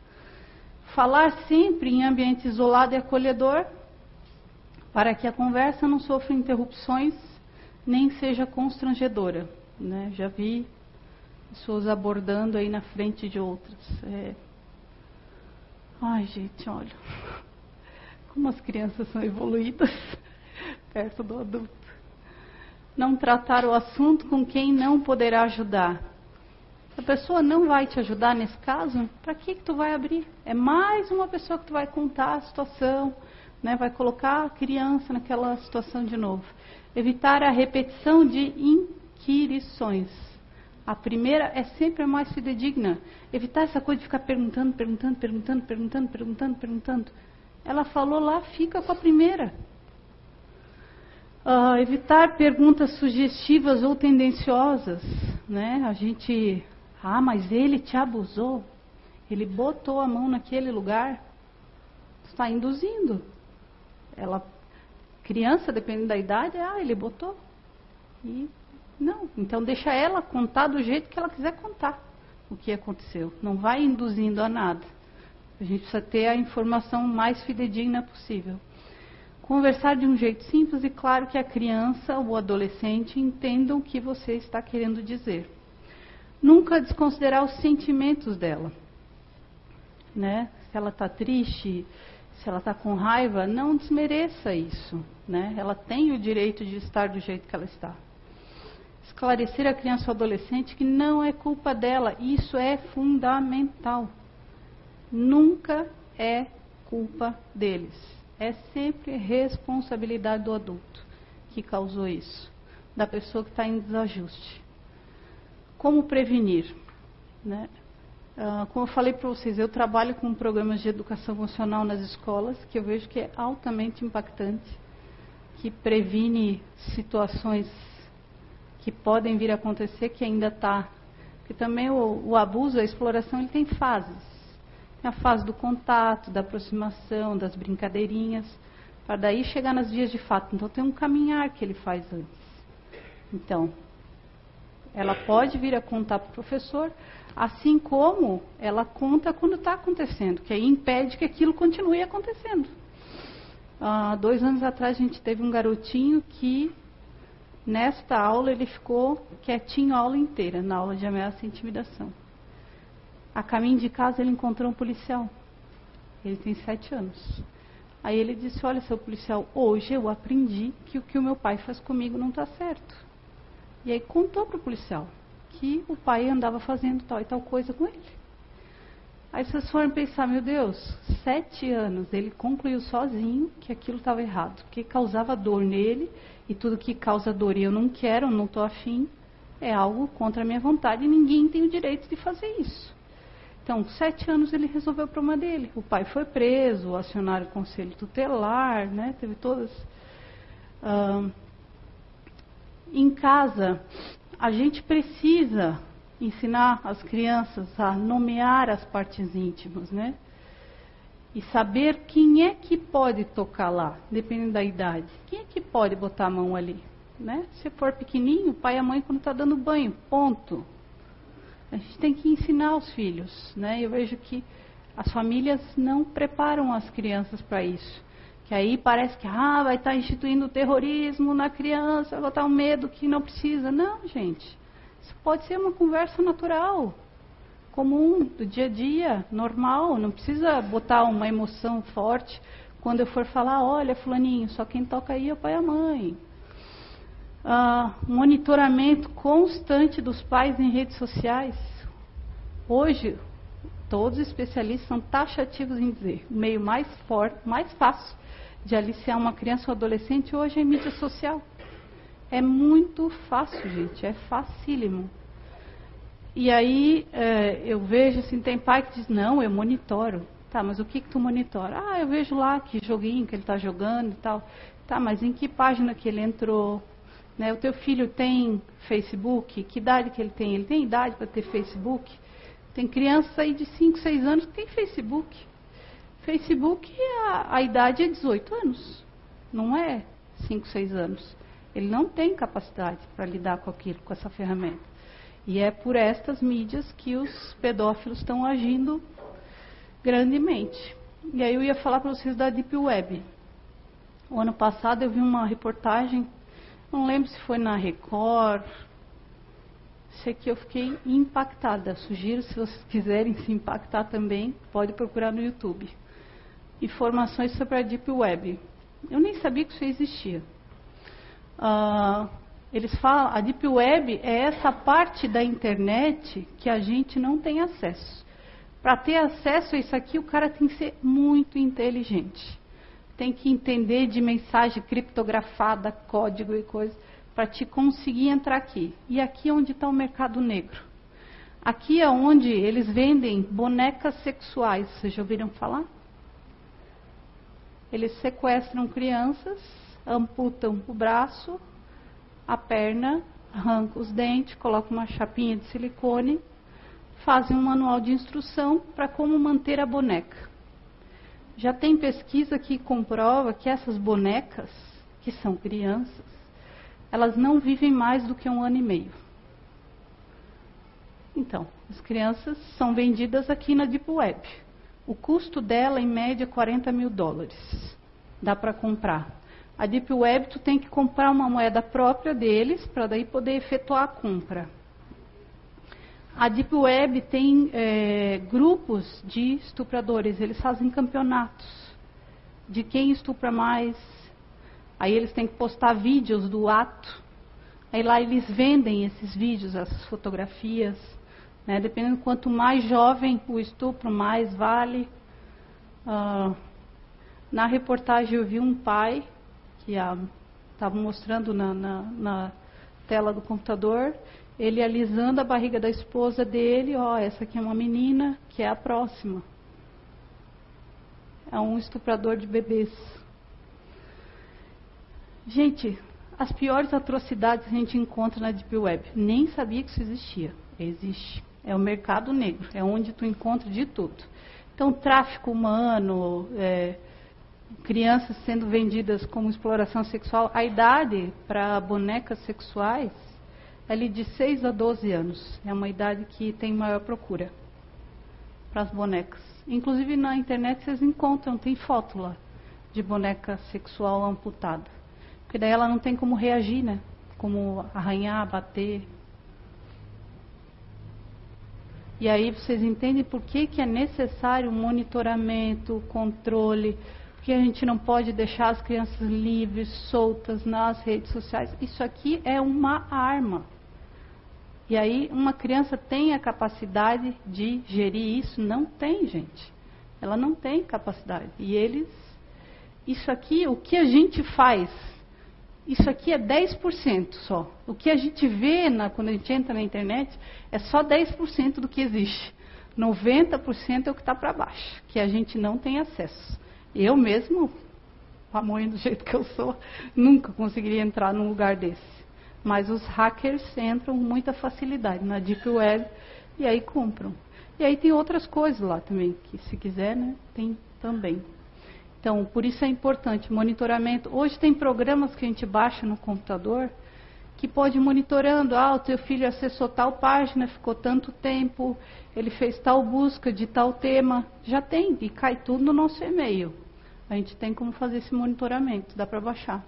Falar sempre em ambiente isolado e acolhedor, para que a conversa não sofra interrupções, nem seja constrangedora, né? Já vi pessoas abordando aí na frente de outras. É... Ai, gente, olha, como as crianças são evoluídas perto do adulto. Não tratar o assunto com quem não poderá ajudar. Se a pessoa não vai te ajudar nesse caso, para que que tu vai abrir? É mais uma pessoa que tu vai contar a situação, né? Vai colocar a criança naquela situação de novo. Evitar a repetição de inquirições. A primeira é sempre a mais fidedigna. Evitar essa coisa de ficar perguntando, perguntando, perguntando, perguntando, perguntando, perguntando. Ela falou lá, fica com a primeira. Uh, evitar perguntas sugestivas ou tendenciosas, né? A gente, ah, mas ele te abusou. Ele botou a mão naquele lugar. Está induzindo. Ela, criança, dependendo da idade, ah, ele botou. E não, então deixa ela contar do jeito que ela quiser contar o que aconteceu. Não vai induzindo a nada. A gente precisa ter a informação mais fidedigna possível. Conversar de um jeito simples e claro que a criança ou o adolescente entendam o que você está querendo dizer. Nunca desconsiderar os sentimentos dela, né? Se ela está triste, se ela está com raiva, não desmereça isso, né? Ela tem o direito de estar do jeito que ela está. Esclarecer a criança ou adolescente que não é culpa dela. Isso é fundamental. Nunca é culpa deles. É sempre responsabilidade do adulto que causou isso, da pessoa que está em desajuste. Como prevenir? Né? Ah, como eu falei para vocês, eu trabalho com programas de educação emocional nas escolas, que eu vejo que é altamente impactante, que previne situações que podem vir a acontecer, que ainda está. Porque também o, o abuso, a exploração, ele tem fases. Tem a fase do contato, da aproximação, das brincadeirinhas, para daí chegar nas vias de fato. Então tem um caminhar que ele faz antes. Então, ela pode vir a contar para o professor, assim como ela conta quando está acontecendo, que aí impede que aquilo continue acontecendo. Há dois anos atrás a gente teve um garotinho que nesta aula ele ficou quietinho a aula inteira, na aula de ameaça e intimidação. A caminho de casa ele encontrou um policial. Ele tem sete anos. Aí ele disse, olha, seu policial, hoje eu aprendi que o que o meu pai faz comigo não está certo. E aí contou para o policial que o pai andava fazendo tal e tal coisa com ele. Aí vocês foram pensar, meu Deus, sete anos, ele concluiu sozinho que aquilo estava errado, porque causava dor nele, e tudo que causa dor e eu não quero, eu não estou afim, é algo contra a minha vontade e ninguém tem o direito de fazer isso. Então, sete anos ele resolveu o problema dele. O pai foi preso, acionaram o conselho tutelar, né? Teve todas... Ah, em casa, a gente precisa ensinar as crianças a nomear as partes íntimas, né? E saber quem é que pode tocar lá, dependendo da idade. Quem é que pode botar a mão ali, né? Se for pequenininho, o pai e a mãe quando está dando banho, ponto. A gente tem que ensinar os filhos, né? Eu vejo que as famílias não preparam as crianças para isso. Que aí parece que ah, vai estar instituindo terrorismo na criança, vai botar um medo que não precisa. Não, gente. Isso pode ser uma conversa natural, comum, do dia a dia, normal. Não precisa botar uma emoção forte quando eu for falar, olha, fulaninho, só quem toca aí é o pai e a mãe. Ah, monitoramento constante dos pais em redes sociais. Hoje, todos os especialistas são taxativos em dizer, o meio mais forte, mais fácil de aliciar uma criança ou adolescente hoje é mídia social. É muito fácil, gente, é facílimo. E aí é, eu vejo assim, tem pai que diz, não, eu monitoro. Tá, mas o que que tu monitora? Ah, eu vejo lá que joguinho que ele está jogando e tal. Tá, mas em que página que ele entrou? Né, o teu filho tem Facebook? Que idade que ele tem? Ele tem idade para ter Facebook? Tem criança aí de cinco, seis anos que tem Facebook. Facebook, a, a idade é dezoito anos, não é cinco, seis anos. Ele não tem capacidade para lidar com aquilo, com essa ferramenta. E é por estas mídias que os pedófilos estão agindo grandemente. E aí eu ia falar para vocês da Deep Web. O ano passado eu vi uma reportagem, não lembro se foi na Record, sei que eu fiquei impactada. Sugiro, se vocês quiserem se impactar também, pode procurar no YouTube. Informações sobre a Deep Web. Eu nem sabia que isso existia. Uh, eles falam, a Deep Web é essa parte da internet que a gente não tem acesso. Para ter acesso a isso aqui, o cara tem que ser muito inteligente. Tem que entender de mensagem criptografada, código e coisa, para te conseguir entrar aqui. E aqui é onde está o mercado negro. Aqui é onde eles vendem bonecas sexuais. Vocês já ouviram falar? Eles sequestram crianças, amputam o braço, a perna, arrancam os dentes, colocam uma chapinha de silicone, fazem um manual de instrução para como manter a boneca. Já tem pesquisa que comprova que essas bonecas, que são crianças, elas não vivem mais do que um ano e meio. Então, as crianças são vendidas aqui na Deep Web. O custo dela, em média, é quarenta mil dólares. Dá para comprar. A Deep Web, tu tem que comprar uma moeda própria deles, para daí poder efetuar a compra. A Deep Web tem é, grupos de estupradores. Eles fazem campeonatos de quem estupra mais. Aí eles têm que postar vídeos do ato. Aí lá eles vendem esses vídeos, essas fotografias. Né? Dependendo quanto mais jovem o estupro, mais vale. Uh, na reportagem eu vi um pai que estava mostrando na, na, na tela do computador, ele alisando a barriga da esposa dele, ó, essa aqui é uma menina, que é a próxima. É um estuprador de bebês. Gente, as piores atrocidades a gente encontra na Deep Web. Nem sabia que isso existia. Existe. É o mercado negro, é onde tu encontra de tudo. Então, tráfico humano, é, crianças sendo vendidas como exploração sexual. A idade para bonecas sexuais é ali de seis a doze anos. É uma idade que tem maior procura para as bonecas. Inclusive na internet vocês encontram, tem foto lá de boneca sexual amputada. Porque daí ela não tem como reagir, né? Como arranhar, bater. E aí vocês entendem por que, que é necessário monitoramento, controle, porque a gente não pode deixar as crianças livres, soltas nas redes sociais. Isso aqui é uma arma. E aí uma criança tem a capacidade de gerir isso? Não tem, gente. Ela não tem capacidade. E eles, isso aqui, o que a gente faz, isso aqui é dez por cento só. O que a gente vê na, quando a gente entra na internet é só dez por cento do que existe. noventa por cento é o que está para baixo, que a gente não tem acesso. Eu mesmo, pamonha do jeito que eu sou, nunca conseguiria entrar num lugar desse. Mas os hackers entram com muita facilidade na Deep Web e aí compram. E aí tem outras coisas lá também, que se quiser, né, tem também. Então, por isso é importante, monitoramento. Hoje tem programas que a gente baixa no computador, que pode ir monitorando, ah, o teu filho acessou tal página, ficou tanto tempo, ele fez tal busca de tal tema. Já tem, e cai tudo no nosso e-mail. A gente tem como fazer esse monitoramento, dá para baixar.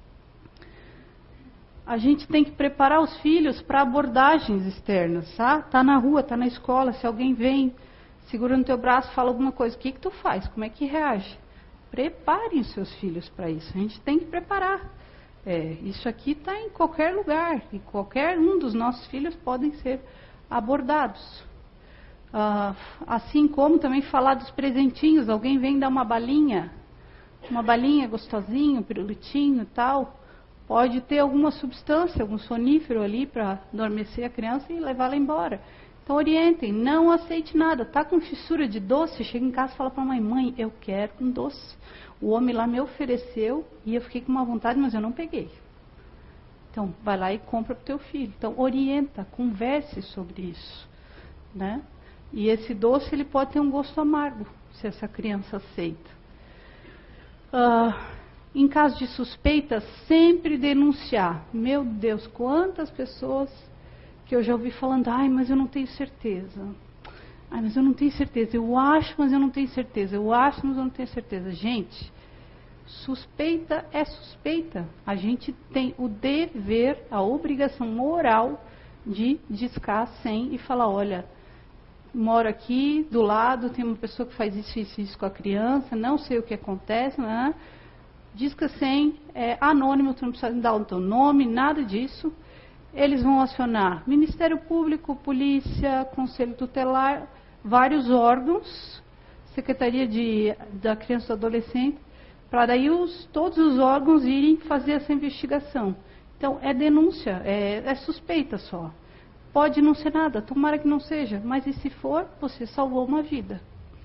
A gente tem que preparar os filhos para abordagens externas, tá? Tá na rua, tá na escola, se alguém vem, segura no teu braço, fala alguma coisa, o que que tu faz? Como é que reage? Preparem os seus filhos para isso, a gente tem que preparar. É, isso aqui está em qualquer lugar, e qualquer um dos nossos filhos podem ser abordados. Ah, assim como também falar dos presentinhos, alguém vem dar uma balinha, uma balinha gostosinha, um pirulitinho e tal, pode ter alguma substância, algum sonífero ali para adormecer a criança e levá-la embora. Então orientem, não aceite nada. Está com fissura de doce, chega em casa e fala para a mãe, mãe, eu quero um doce. O homem lá me ofereceu e eu fiquei com uma vontade, mas eu não peguei. Então, vai lá e compra para o teu filho. Então, orienta, converse sobre isso, né? E esse doce, ele pode ter um gosto amargo, se essa criança aceita. Ah, em caso de suspeita, sempre denunciar. Meu Deus, quantas pessoas que eu já ouvi falando, ai, mas eu não tenho certeza. Ai, mas eu não tenho certeza. Eu acho, mas eu não tenho certeza. Eu acho, mas eu não tenho certeza. Gente, suspeita é suspeita. A gente tem o dever, a obrigação moral de discar sem e falar, olha, moro aqui, do lado, tem uma pessoa que faz isso, isso, isso com a criança, não sei o que acontece, né? Disca sem, é anônimo, tu não precisa dar o teu nome, nada disso. Eles vão acionar Ministério Público, Polícia, Conselho Tutelar, vários órgãos, Secretaria de, da Criança e do Adolescente, para daí os, todos os órgãos irem fazer essa investigação. Então, é denúncia, é, é suspeita só. Pode não ser nada, tomara que não seja, mas e se for, você salvou uma vida.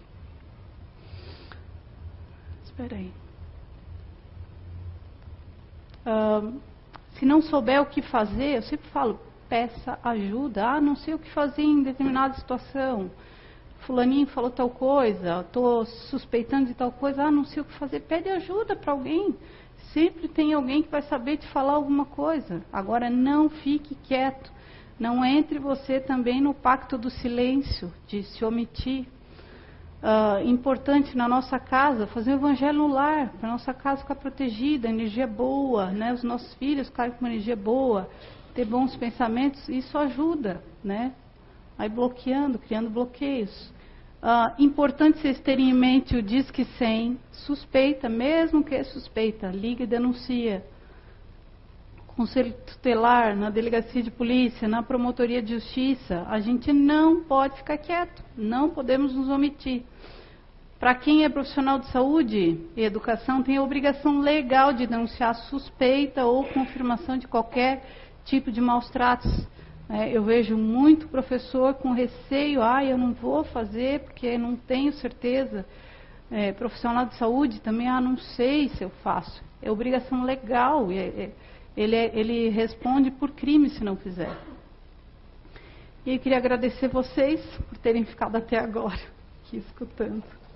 Espera aí. Uh, se não souber o que fazer, eu sempre falo, peça ajuda. Ah, não sei o que fazer em determinada situação. Fulaninho falou tal coisa, estou suspeitando de tal coisa, ah, não sei o que fazer. Pede ajuda para alguém. Sempre tem alguém que vai saber te falar alguma coisa. Agora, não fique quieto. Não entre você também no pacto do silêncio, de se omitir. Uh, importante na nossa casa, fazer o evangelho no lar, para a nossa casa ficar protegida, energia boa, né? Os nossos filhos ficarem com uma energia boa, ter bons pensamentos, isso ajuda, né? Aí bloqueando, criando bloqueios. Uh, importante vocês terem em mente o Disque cem, suspeita, mesmo que é suspeita, liga e denuncia. Conselho Tutelar, na Delegacia de Polícia, na Promotoria de Justiça, a gente não pode ficar quieto, não podemos nos omitir. Para quem é profissional de saúde e educação, tem a obrigação legal de denunciar suspeita ou confirmação de qualquer tipo de maus tratos. É, eu vejo muito professor com receio, ah, eu não vou fazer porque não tenho certeza. É, profissional de saúde também, ah, não sei se eu faço. É obrigação legal, é, é, Ele, ele responde por crime se não fizer. E eu queria agradecer vocês por terem ficado até agora aqui escutando.